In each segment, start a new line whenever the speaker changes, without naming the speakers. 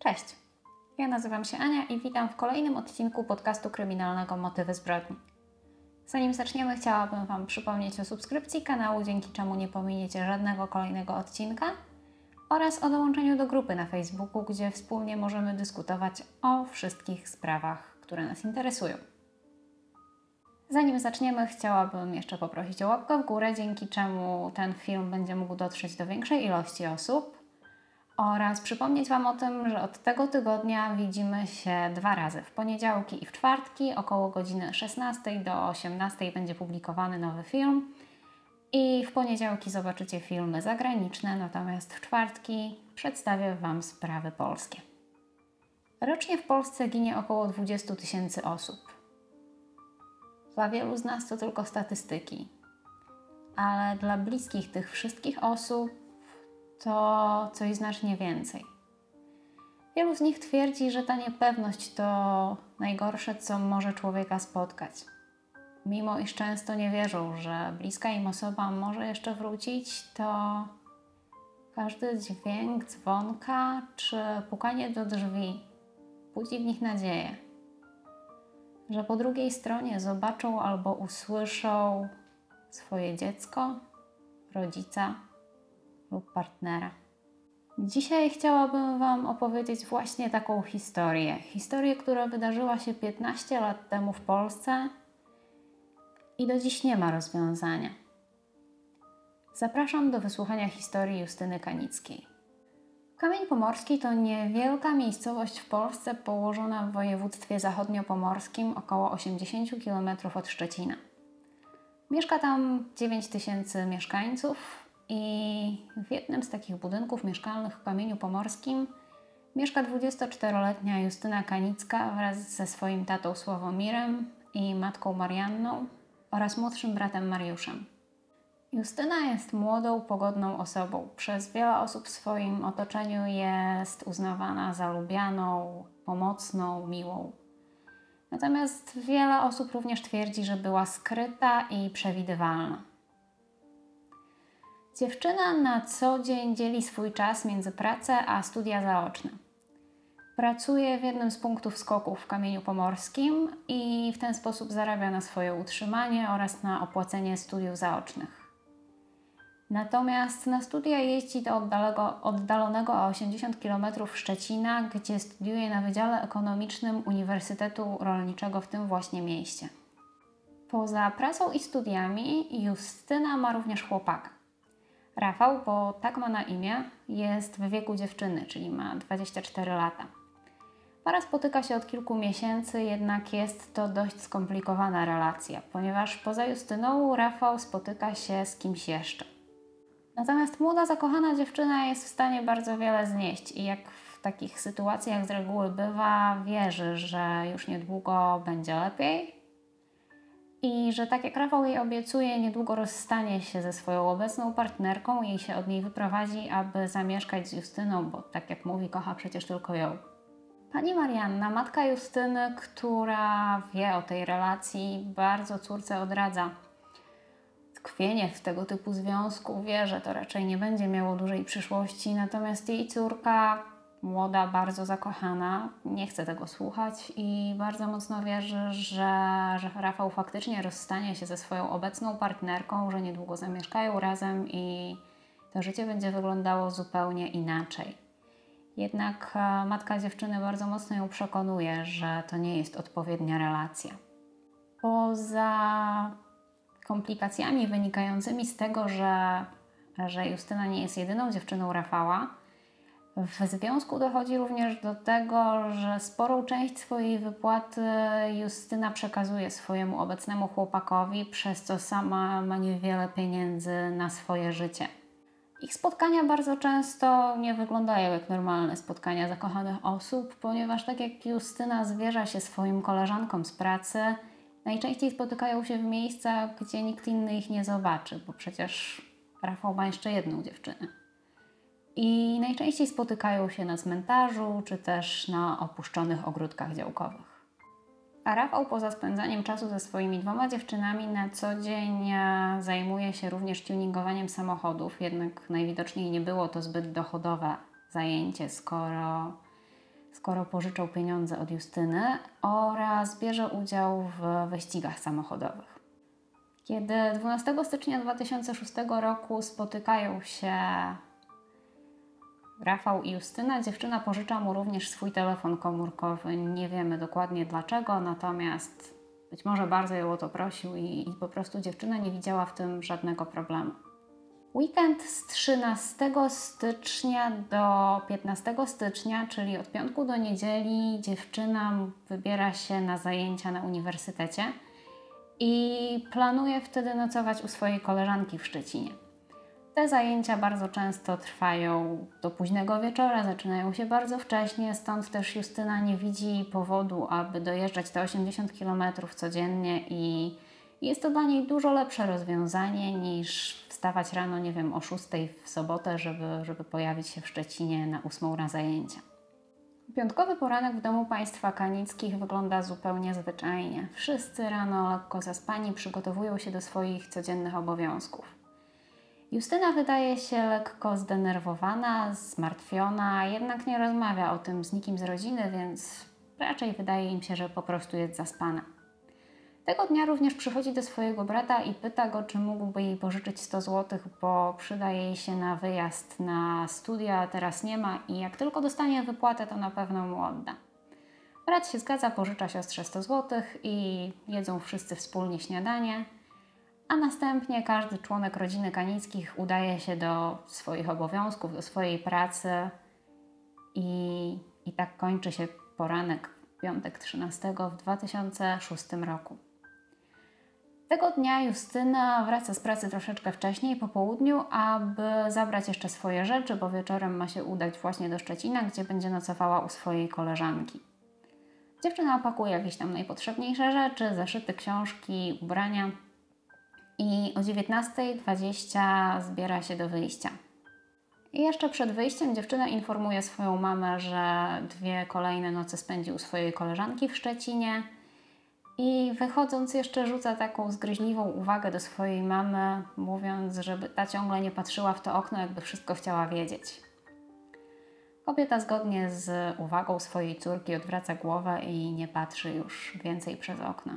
Cześć, ja nazywam się Ania i witam w kolejnym odcinku podcastu kryminalnego Motywy zbrodni. Zanim zaczniemy, chciałabym Wam przypomnieć o subskrypcji kanału, dzięki czemu nie pominiecie żadnego kolejnego odcinka, oraz o dołączeniu do grupy na Facebooku, gdzie wspólnie możemy dyskutować o wszystkich sprawach, które nas interesują. Zanim zaczniemy, chciałabym jeszcze poprosić o łapkę w górę, dzięki czemu ten film będzie mógł dotrzeć do większej ilości osób. Oraz przypomnieć Wam o tym, że od tego tygodnia widzimy się 2 razy, w poniedziałki i w czwartki, około godziny 16 do 18 będzie publikowany nowy film i w poniedziałki zobaczycie filmy zagraniczne, natomiast w czwartki przedstawię Wam sprawy polskie. Rocznie w Polsce ginie około 20 000 osób. Dla wielu z nas to tylko statystyki, ale dla bliskich tych wszystkich osób to coś znacznie więcej. Wielu z nich twierdzi, że ta niepewność to najgorsze, co może człowieka spotkać. Mimo iż często nie wierzą, że bliska im osoba może jeszcze wrócić, to każdy dźwięk dzwonka czy pukanie do drzwi budzi w nich nadzieję, że po drugiej stronie zobaczą albo usłyszą swoje dziecko, rodzica lub partnera. Dzisiaj chciałabym Wam opowiedzieć właśnie taką historię. Historię, która wydarzyła się 15 lat temu w Polsce i do dziś nie ma rozwiązania. Zapraszam do wysłuchania historii Justyny Kanickiej. Kamień Pomorski to niewielka miejscowość w Polsce położona w województwie zachodniopomorskim, około 80 km od Szczecina. Mieszka tam 9 000 mieszkańców i w jednym z takich budynków mieszkalnych w Kamieniu Pomorskim mieszka 24-letnia Justyna Kanicka wraz ze swoim tatą Sławomirem i matką Marianną oraz młodszym bratem Mariuszem. Justyna jest młodą, pogodną osobą. Przez wiele osób w swoim otoczeniu jest uznawana za lubianą, pomocną, miłą. Natomiast wiele osób również twierdzi, że była skryta i przewidywalna. Dziewczyna na co dzień dzieli swój czas między pracę a studia zaoczne. Pracuje w jednym z punktów skoków w Kamieniu Pomorskim i w ten sposób zarabia na swoje utrzymanie oraz na opłacenie studiów zaocznych. Natomiast na studia jeździ do oddalonego o 80 km Szczecina, gdzie studiuje na Wydziale Ekonomicznym Uniwersytetu Rolniczego w tym właśnie mieście. Poza pracą i studiami Justyna ma również chłopaka. Rafał, bo tak ma na imię, jest w wieku dziewczyny, czyli ma 24 lata. Para spotyka się od kilku miesięcy, jednak jest to dość skomplikowana relacja, ponieważ poza Justyną Rafał spotyka się z kimś jeszcze. Natomiast młoda, zakochana dziewczyna jest w stanie bardzo wiele znieść i jak w takich sytuacjach z reguły bywa, wierzy, że już niedługo będzie lepiej i że tak jak Rafał jej obiecuje, niedługo rozstanie się ze swoją obecną partnerką i się od niej wyprowadzi, aby zamieszkać z Justyną, bo tak jak mówi, kocha przecież tylko ją. Pani Marianna, matka Justyny, która wie o tej relacji, bardzo córce odradza tkwienie w tego typu związku, wie, że to raczej nie będzie miało dużej przyszłości, natomiast jej córka, młoda, bardzo zakochana, nie chce tego słuchać i bardzo mocno wierzy, że Rafał faktycznie rozstanie się ze swoją obecną partnerką, że niedługo zamieszkają razem i to życie będzie wyglądało zupełnie inaczej. Jednak matka dziewczyny bardzo mocno ją przekonuje, że to nie jest odpowiednia relacja. Poza komplikacjami wynikającymi z tego, że Justyna nie jest jedyną dziewczyną Rafała, w związku dochodzi również do tego, że sporą część swojej wypłaty Justyna przekazuje swojemu obecnemu chłopakowi, przez co sama ma niewiele pieniędzy na swoje życie. Ich spotkania bardzo często nie wyglądają jak normalne spotkania zakochanych osób, ponieważ tak jak Justyna zwierza się swoim koleżankom z pracy, najczęściej spotykają się w miejscach, gdzie nikt inny ich nie zobaczy, bo przecież Rafał ma jeszcze jedną dziewczynę. I najczęściej spotykają się na cmentarzu, czy też na opuszczonych ogródkach działkowych. A Rafał poza spędzaniem czasu ze swoimi 2 dziewczynami na co dzień zajmuje się również tuningowaniem samochodów, jednak najwidoczniej nie było to zbyt dochodowe zajęcie, skoro skoro pożyczał pieniądze od Justyny, oraz bierze udział w wyścigach samochodowych. Kiedy 12 stycznia 2006 roku spotykają się Rafał i Justyna, dziewczyna pożycza mu również swój telefon komórkowy. Nie wiemy dokładnie dlaczego, natomiast być może bardzo ją o to prosił i po prostu dziewczyna nie widziała w tym żadnego problemu. Weekend z 13 stycznia do 15 stycznia, czyli od piątku do niedzieli, dziewczyna wybiera się na zajęcia na uniwersytecie i planuje wtedy nocować u swojej koleżanki w Szczecinie. Te zajęcia bardzo często trwają do późnego wieczora, zaczynają się bardzo wcześnie, stąd też Justyna nie widzi powodu, aby dojeżdżać te 80 km codziennie i jest to dla niej dużo lepsze rozwiązanie niż wstawać rano, nie wiem, o 6 w sobotę, żeby pojawić się w Szczecinie na 8 na zajęcia. Piątkowy poranek w domu państwa Kanickich wygląda zupełnie zwyczajnie. Wszyscy rano lekko zaspani przygotowują się do swoich codziennych obowiązków. Justyna wydaje się lekko zdenerwowana, zmartwiona, jednak nie rozmawia o tym z nikim z rodziny, więc raczej wydaje im się, że po prostu jest zaspana. Tego dnia również przychodzi do swojego brata i pyta go, czy mógłby jej pożyczyć 100 zł, bo przyda jej się na wyjazd na studia, a teraz nie ma i jak tylko dostanie wypłatę, to na pewno mu odda. Brat się zgadza, pożycza siostrze 100 zł i jedzą wszyscy wspólnie śniadanie, a następnie każdy członek rodziny Kanickich udaje się do swoich obowiązków, do swojej pracy i tak kończy się poranek w piątek 13 w 2006 roku. Tego dnia Justyna wraca z pracy troszeczkę wcześniej, po południu, aby zabrać jeszcze swoje rzeczy, bo wieczorem ma się udać właśnie do Szczecina, gdzie będzie nocowała u swojej koleżanki. Dziewczyna opakuje jakieś tam najpotrzebniejsze rzeczy, zeszyty, książki, ubrania i o 19:20 zbiera się do wyjścia. I jeszcze przed wyjściem dziewczyna informuje swoją mamę, że 2 kolejne noce spędzi u swojej koleżanki w Szczecinie i wychodząc jeszcze rzuca taką zgryźliwą uwagę do swojej mamy, mówiąc, żeby ta ciągle nie patrzyła w to okno, jakby wszystko chciała wiedzieć. Kobieta zgodnie z uwagą swojej córki odwraca głowę i nie patrzy już więcej przez okno.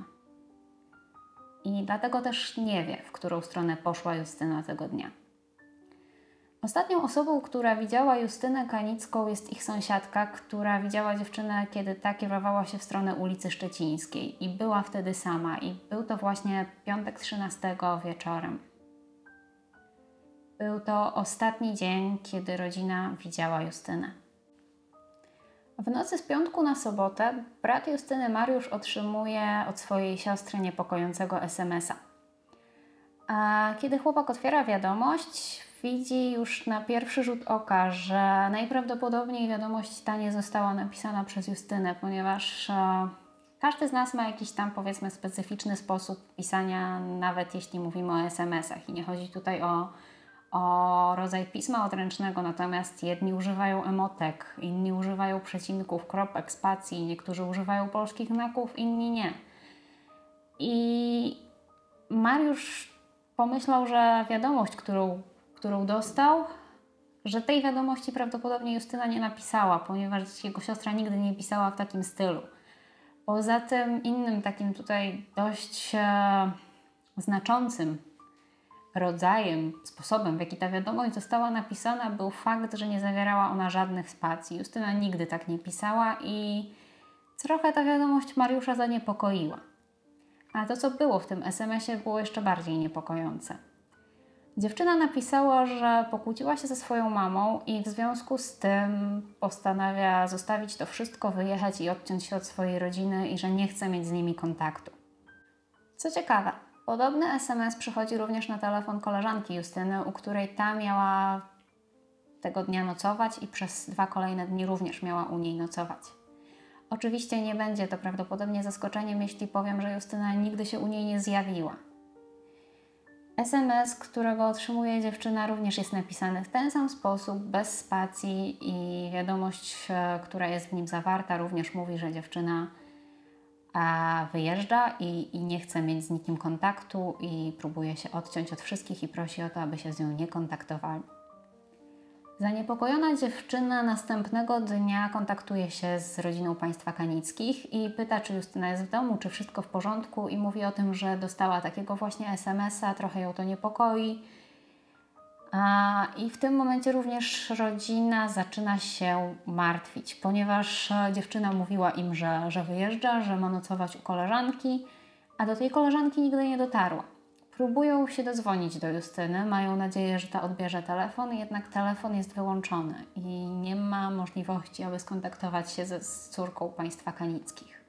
I dlatego też nie wie, w którą stronę poszła Justyna tego dnia. Ostatnią osobą, która widziała Justynę Kanicką, jest ich sąsiadka, która widziała dziewczynę, kiedy ta kierowała się w stronę ulicy Szczecińskiej i była wtedy sama. I był to właśnie piątek 13 wieczorem. Był to ostatni dzień, kiedy rodzina widziała Justynę. W nocy z piątku na sobotę brat Justyny Mariusz otrzymuje od swojej siostry niepokojącego SMS-a. A kiedy chłopak otwiera wiadomość, widzi już na pierwszy rzut oka, że najprawdopodobniej wiadomość ta nie została napisana przez Justynę, ponieważ każdy z nas ma jakiś tam, powiedzmy, specyficzny sposób pisania, nawet jeśli mówimy o SMS-ach. I nie chodzi tutaj o rodzaj pisma odręcznego, natomiast jedni używają emotek, inni używają przecinków, kropek, spacji, niektórzy używają polskich znaków, inni nie. I Mariusz pomyślał, że wiadomość, którą dostał, że tej wiadomości prawdopodobnie Justyna nie napisała, ponieważ jego siostra nigdy nie pisała w takim stylu. Poza tym innym takim tutaj dość znaczącym rodzajem, sposobem, w jaki ta wiadomość została napisana, był fakt, że nie zawierała ona żadnych spacji. Justyna nigdy tak nie pisała i trochę ta wiadomość Mariusza zaniepokoiła. A to, co było w tym SMS-ie, było jeszcze bardziej niepokojące. Dziewczyna napisała, że pokłóciła się ze swoją mamą i w związku z tym postanawia zostawić to wszystko, wyjechać i odciąć się od swojej rodziny i że nie chce mieć z nimi kontaktu. Co ciekawe, podobny SMS przychodzi również na telefon koleżanki Justyny, u której ta miała tego dnia nocować i przez 2 kolejne dni również miała u niej nocować. Oczywiście nie będzie to prawdopodobnie zaskoczeniem, jeśli powiem, że Justyna nigdy się u niej nie zjawiła. SMS, którego otrzymuje dziewczyna, również jest napisany w ten sam sposób, bez spacji i wiadomość, która jest w nim zawarta, również mówi, że dziewczyna wyjeżdża i nie chce mieć z nikim kontaktu i próbuje się odciąć od wszystkich i prosi o to, aby się z nią nie kontaktowali. Zaniepokojona dziewczyna następnego dnia kontaktuje się z rodziną państwa Kanickich i pyta, czy Justyna jest w domu, czy wszystko w porządku, i mówi o tym, że dostała takiego właśnie SMS-a, trochę ją to niepokoi. I w tym momencie również rodzina zaczyna się martwić, ponieważ dziewczyna mówiła im, że wyjeżdża, że ma nocować u koleżanki, a do tej koleżanki nigdy nie dotarła. Próbują się dodzwonić do Justyny, mają nadzieję, że ta odbierze telefon, jednak telefon jest wyłączony i nie ma możliwości, aby skontaktować się z córką państwa Kanickich.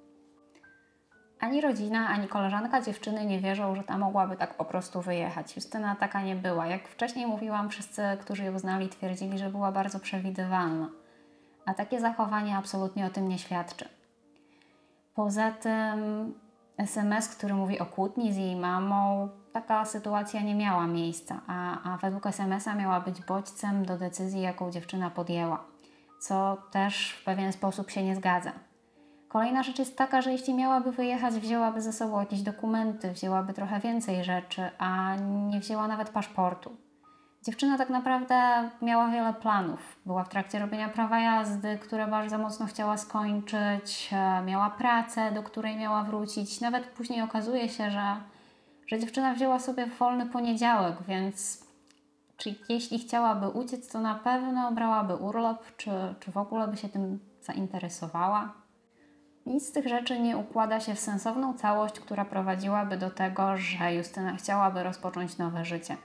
Ani rodzina, ani koleżanka dziewczyny nie wierzą, że ta mogłaby tak po prostu wyjechać. Justyna taka nie była. Jak wcześniej mówiłam, wszyscy, którzy ją znali, twierdzili, że była bardzo przewidywalna. A takie zachowanie absolutnie o tym nie świadczy. Poza tym SMS, który mówi o kłótni z jej mamą, taka sytuacja nie miała miejsca, a według SMS-a miała być bodźcem do decyzji, jaką dziewczyna podjęła, co też w pewien sposób się nie zgadza. Kolejna rzecz jest taka, że jeśli miałaby wyjechać, wzięłaby ze sobą jakieś dokumenty, wzięłaby trochę więcej rzeczy, a nie wzięła nawet paszportu. Dziewczyna tak naprawdę miała wiele planów. Była w trakcie robienia prawa jazdy, które bardzo mocno chciała skończyć, miała pracę, do której miała wrócić. Nawet później okazuje się, że dziewczyna wzięła sobie wolny poniedziałek, więc jeśli chciałaby uciec, to na pewno brałaby urlop, czy w ogóle by się tym zainteresowała. Nic z tych rzeczy nie układa się w sensowną całość, która prowadziłaby do tego, że Justyna chciałaby rozpocząć nowe życie.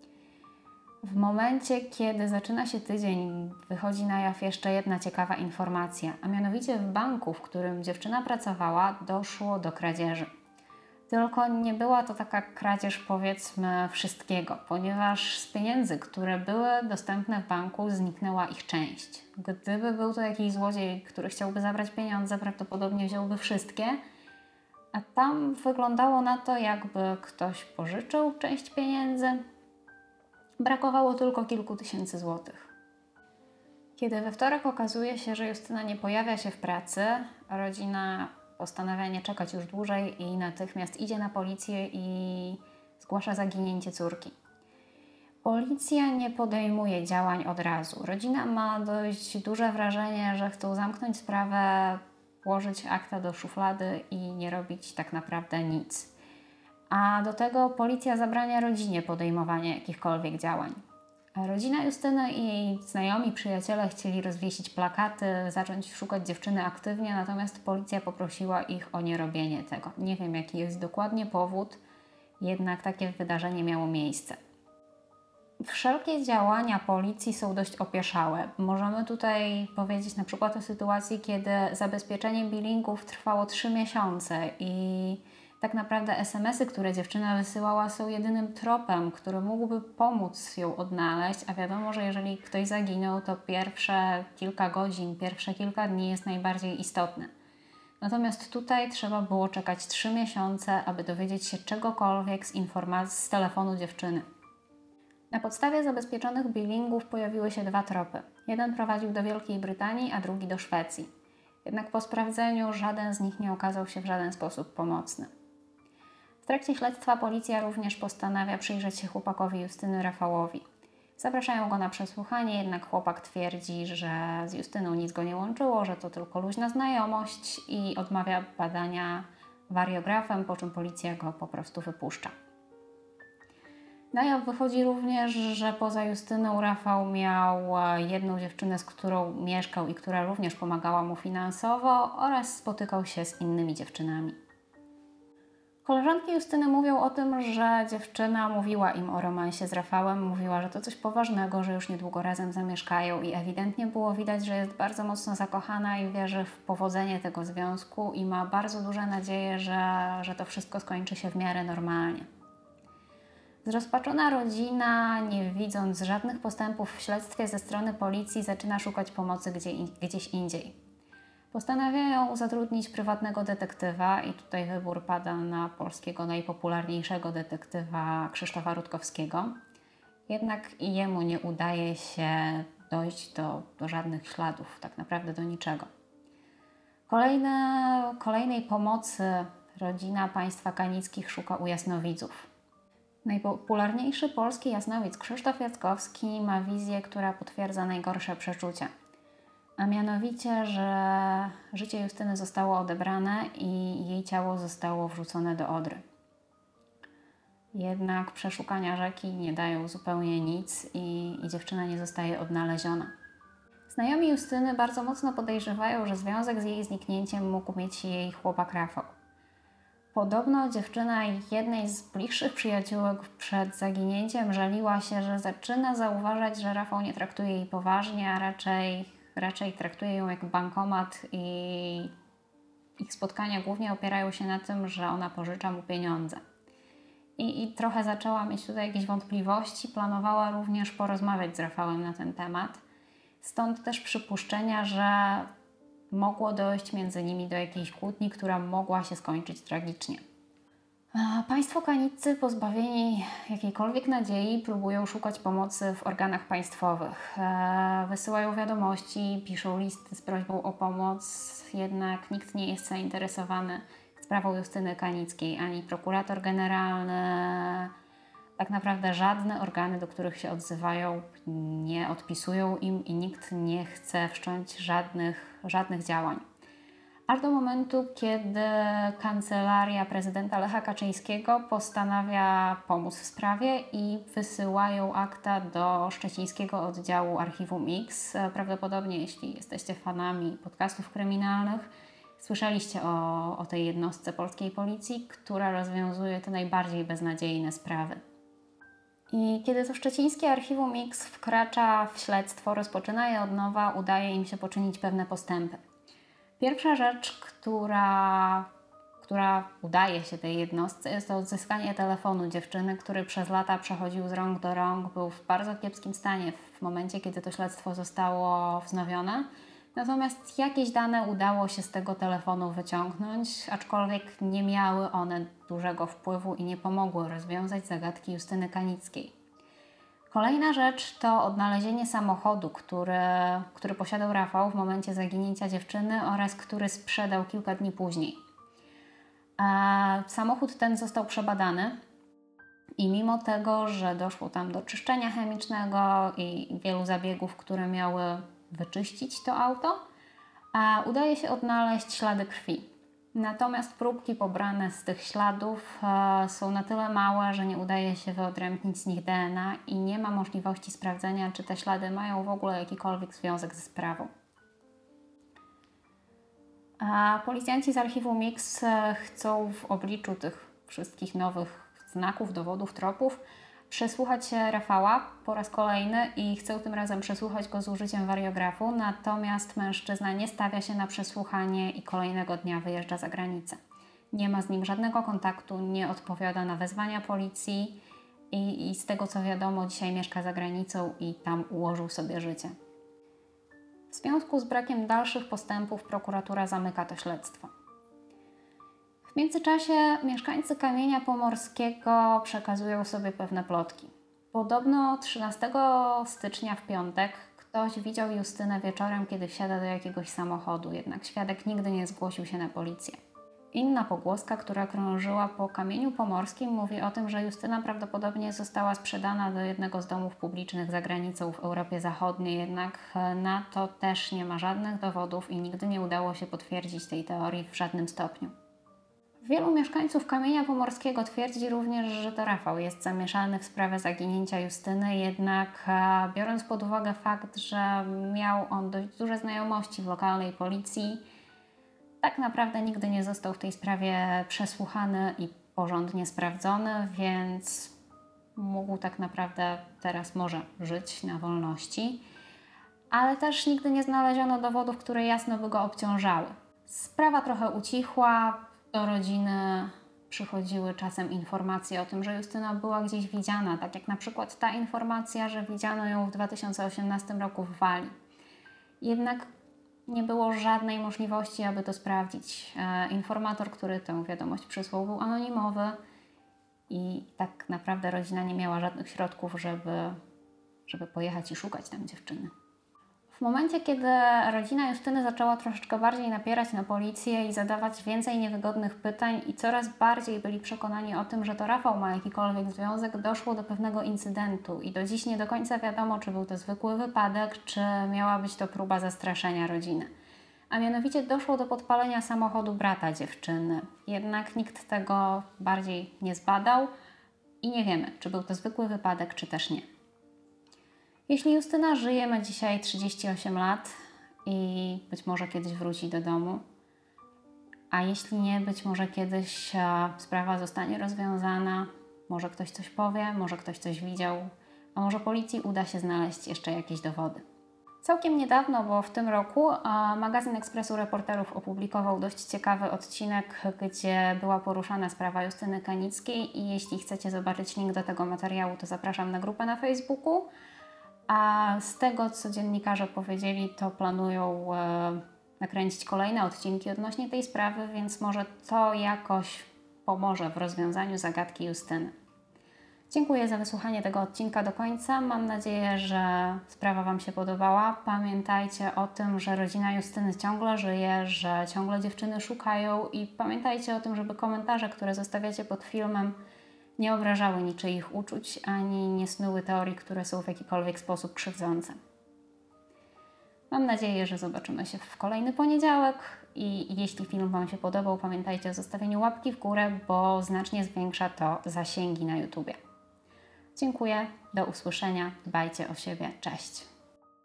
W momencie, kiedy zaczyna się tydzień, wychodzi na jaw jeszcze jedna ciekawa informacja, a mianowicie w banku, w którym dziewczyna pracowała, doszło do kradzieży. Tylko nie była to taka kradzież, powiedzmy, wszystkiego, ponieważ z pieniędzy, które były dostępne w banku, zniknęła ich część. Gdyby był to jakiś złodziej, który chciałby zabrać pieniądze, prawdopodobnie wziąłby wszystkie, a tam wyglądało na to, jakby ktoś pożyczył część pieniędzy. Brakowało tylko kilku tysięcy złotych. Kiedy we wtorek okazuje się, że Justyna nie pojawia się w pracy, rodzina postanawia nie czekać już dłużej i natychmiast idzie na policję i zgłasza zaginięcie córki. Policja nie podejmuje działań od razu. Rodzina ma dość duże wrażenie, że chcą zamknąć sprawę, włożyć akta do szuflady i nie robić tak naprawdę nic. A do tego policja zabrania rodzinie podejmowania jakichkolwiek działań. Rodzina Justyny i jej znajomi, przyjaciele chcieli rozwiesić plakaty, zacząć szukać dziewczyny aktywnie, natomiast policja poprosiła ich o nierobienie tego. Nie wiem, jaki jest dokładnie powód, jednak takie wydarzenie miało miejsce. Wszelkie działania policji są dość opieszałe. Możemy tutaj powiedzieć na przykład o sytuacji, kiedy zabezpieczenie billingów trwało 3 miesiące i tak naprawdę SMS-y, które dziewczyna wysyłała, są jedynym tropem, który mógłby pomóc ją odnaleźć, a wiadomo, że jeżeli ktoś zaginął, to pierwsze kilka godzin, pierwsze kilka dni jest najbardziej istotne. Natomiast tutaj trzeba było czekać 3 miesiące, aby dowiedzieć się czegokolwiek z informacji z telefonu dziewczyny. Na podstawie zabezpieczonych billingów pojawiły się 2 tropy. Jeden prowadził do Wielkiej Brytanii, a drugi do Szwecji. Jednak po sprawdzeniu żaden z nich nie okazał się w żaden sposób pomocny. W trakcie śledztwa policja również postanawia przyjrzeć się chłopakowi Justyny, Rafałowi. Zapraszają go na przesłuchanie, jednak chłopak twierdzi, że z Justyną nic go nie łączyło, że to tylko luźna znajomość i odmawia badania wariografem, po czym policja go po prostu wypuszcza. Na jaw wychodzi również, że poza Justyną Rafał miał jedną dziewczynę, z którą mieszkał i która również pomagała mu finansowo, oraz spotykał się z innymi dziewczynami. Koleżanki Justyny mówią o tym, że dziewczyna mówiła im o romansie z Rafałem, mówiła, że to coś poważnego, że już niedługo razem zamieszkają i ewidentnie było widać, że jest bardzo mocno zakochana i wierzy w powodzenie tego związku i ma bardzo duże nadzieje, że to wszystko skończy się w miarę normalnie. Zrozpaczona rodzina, nie widząc żadnych postępów w śledztwie ze strony policji, zaczyna szukać pomocy gdzieś indziej. Postanawiają zatrudnić prywatnego detektywa i tutaj wybór pada na polskiego najpopularniejszego detektywa Krzysztofa Rutkowskiego. Jednak i jemu nie udaje się dojść do żadnych śladów, tak naprawdę do niczego. Kolejnej pomocy rodzina państwa Kanickich szuka u jasnowidzów. Najpopularniejszy polski jasnowic Krzysztof Jackowski ma wizję, która potwierdza najgorsze przeczucia. A mianowicie, że życie Justyny zostało odebrane i jej ciało zostało wrzucone do Odry. Jednak przeszukania rzeki nie dają zupełnie nic i dziewczyna nie zostaje odnaleziona. Znajomi Justyny bardzo mocno podejrzewają, że związek z jej zniknięciem mógł mieć jej chłopak Rafał. Podobno dziewczyna jednej z bliższych przyjaciółek przed zaginięciem żaliła się, że zaczyna zauważać, że Rafał nie traktuje jej poważnie, a raczej traktuje ją jak bankomat i ich spotkania głównie opierają się na tym, że ona pożycza mu pieniądze. I trochę zaczęła mieć tutaj jakieś wątpliwości, planowała również porozmawiać z Rafałem na ten temat. Stąd też przypuszczenia, że mogło dojść między nimi do jakiejś kłótni, która mogła się skończyć tragicznie. Państwo kaniccy, pozbawieni jakiejkolwiek nadziei, próbują szukać pomocy w organach państwowych. Wysyłają wiadomości, piszą listy z prośbą o pomoc, jednak nikt nie jest zainteresowany sprawą Justyny Kanickiej, ani prokurator generalny. Tak naprawdę żadne organy, do których się odzywają, nie odpisują im i nikt nie chce wszcząć żadnych działań. Aż do momentu, kiedy kancelaria prezydenta Lecha Kaczyńskiego postanawia pomóc w sprawie i wysyłają akta do szczecińskiego oddziału Archiwum X. Prawdopodobnie, jeśli jesteście fanami podcastów kryminalnych, słyszeliście o tej jednostce polskiej policji, która rozwiązuje te najbardziej beznadziejne sprawy. I kiedy to szczecińskie Archiwum X wkracza w śledztwo, rozpoczyna je od nowa, udaje im się poczynić pewne postępy. Pierwsza rzecz, która udaje się tej jednostce, jest to odzyskanie telefonu dziewczyny, który przez lata przechodził z rąk do rąk, był w bardzo kiepskim stanie w momencie, kiedy to śledztwo zostało wznowione. Natomiast jakieś dane udało się z tego telefonu wyciągnąć, aczkolwiek nie miały one dużego wpływu i nie pomogły rozwiązać zagadki Justyny Kanickiej. Kolejna rzecz to odnalezienie samochodu, który posiadał Rafał w momencie zaginięcia dziewczyny oraz który sprzedał kilka dni później. Samochód ten został przebadany i mimo tego, że doszło tam do czyszczenia chemicznego i wielu zabiegów, które miały wyczyścić to auto, udaje się odnaleźć ślady krwi. Natomiast próbki pobrane z tych śladów są na tyle małe, że nie udaje się wyodrębnić z nich DNA i nie ma możliwości sprawdzenia, czy te ślady mają w ogóle jakikolwiek związek ze sprawą. Policjanci z Archiwum X chcą w obliczu tych wszystkich nowych znaków, dowodów, tropów przesłuchać Rafała po raz kolejny i chcą tym razem przesłuchać go z użyciem wariografu, natomiast mężczyzna nie stawia się na przesłuchanie i kolejnego dnia wyjeżdża za granicę. Nie ma z nim żadnego kontaktu, nie odpowiada na wezwania policji i z tego co wiadomo dzisiaj mieszka za granicą i tam ułożył sobie życie. W związku z brakiem dalszych postępów prokuratura zamyka to śledztwo. W międzyczasie mieszkańcy Kamienia Pomorskiego przekazują sobie pewne plotki. Podobno 13 stycznia w piątek ktoś widział Justynę wieczorem, kiedy wsiada do jakiegoś samochodu, jednak świadek nigdy nie zgłosił się na policję. Inna pogłoska, która krążyła po Kamieniu Pomorskim, mówi o tym, że Justyna prawdopodobnie została sprzedana do jednego z domów publicznych za granicą w Europie Zachodniej, jednak na to też nie ma żadnych dowodów i nigdy nie udało się potwierdzić tej teorii w żadnym stopniu. Wielu mieszkańców Kamienia Pomorskiego twierdzi również, że to Rafał jest zamieszany w sprawę zaginięcia Justyny, jednak biorąc pod uwagę fakt, że miał on dość duże znajomości w lokalnej policji, tak naprawdę nigdy nie został w tej sprawie przesłuchany i porządnie sprawdzony, więc mógł tak naprawdę teraz może żyć na wolności, ale też nigdy nie znaleziono dowodów, które jasno by go obciążały. Sprawa trochę ucichła. Do rodziny przychodziły czasem informacje o tym, że Justyna była gdzieś widziana, tak jak na przykład ta informacja, że widziano ją w 2018 roku w Walii. Jednak nie było żadnej możliwości, aby to sprawdzić. Informator, który tę wiadomość przysłał, był anonimowy i tak naprawdę rodzina nie miała żadnych środków, żeby pojechać i szukać tam dziewczyny. W momencie, kiedy rodzina Justyny zaczęła troszeczkę bardziej napierać na policję i zadawać więcej niewygodnych pytań i coraz bardziej byli przekonani o tym, że to Rafał ma jakikolwiek związek, doszło do pewnego incydentu i do dziś nie do końca wiadomo, czy był to zwykły wypadek, czy miała być to próba zastraszenia rodziny. A mianowicie doszło do podpalenia samochodu brata dziewczyny. Jednak nikt tego bardziej nie zbadał i nie wiemy, czy był to zwykły wypadek, czy też nie. Jeśli Justyna żyje, ma dzisiaj 38 lat i być może kiedyś wróci do domu, a jeśli nie, być może kiedyś sprawa zostanie rozwiązana, może ktoś coś powie, może ktoś coś widział, a może policji uda się znaleźć jeszcze jakieś dowody. Całkiem niedawno, bo w tym roku, magazyn Ekspresu Reporterów opublikował dość ciekawy odcinek, gdzie była poruszana sprawa Justyny Kanickiej i jeśli chcecie zobaczyć link do tego materiału, to zapraszam na grupę na Facebooku. A z tego, co dziennikarze powiedzieli, to planują nakręcić kolejne odcinki odnośnie tej sprawy, więc może to jakoś pomoże w rozwiązaniu zagadki Justyny. Dziękuję za wysłuchanie tego odcinka do końca. Mam nadzieję, że sprawa Wam się podobała. Pamiętajcie o tym, że rodzina Justyny ciągle żyje, że ciągle dziewczyny szukają i pamiętajcie o tym, żeby komentarze, które zostawiacie pod filmem, nie obrażały niczyich uczuć, ani nie snuły teorii, które są w jakikolwiek sposób krzywdzące. Mam nadzieję, że zobaczymy się w kolejny poniedziałek i jeśli film Wam się podobał, pamiętajcie o zostawieniu łapki w górę, bo znacznie zwiększa to zasięgi na YouTubie. Dziękuję, do usłyszenia, dbajcie o siebie, cześć!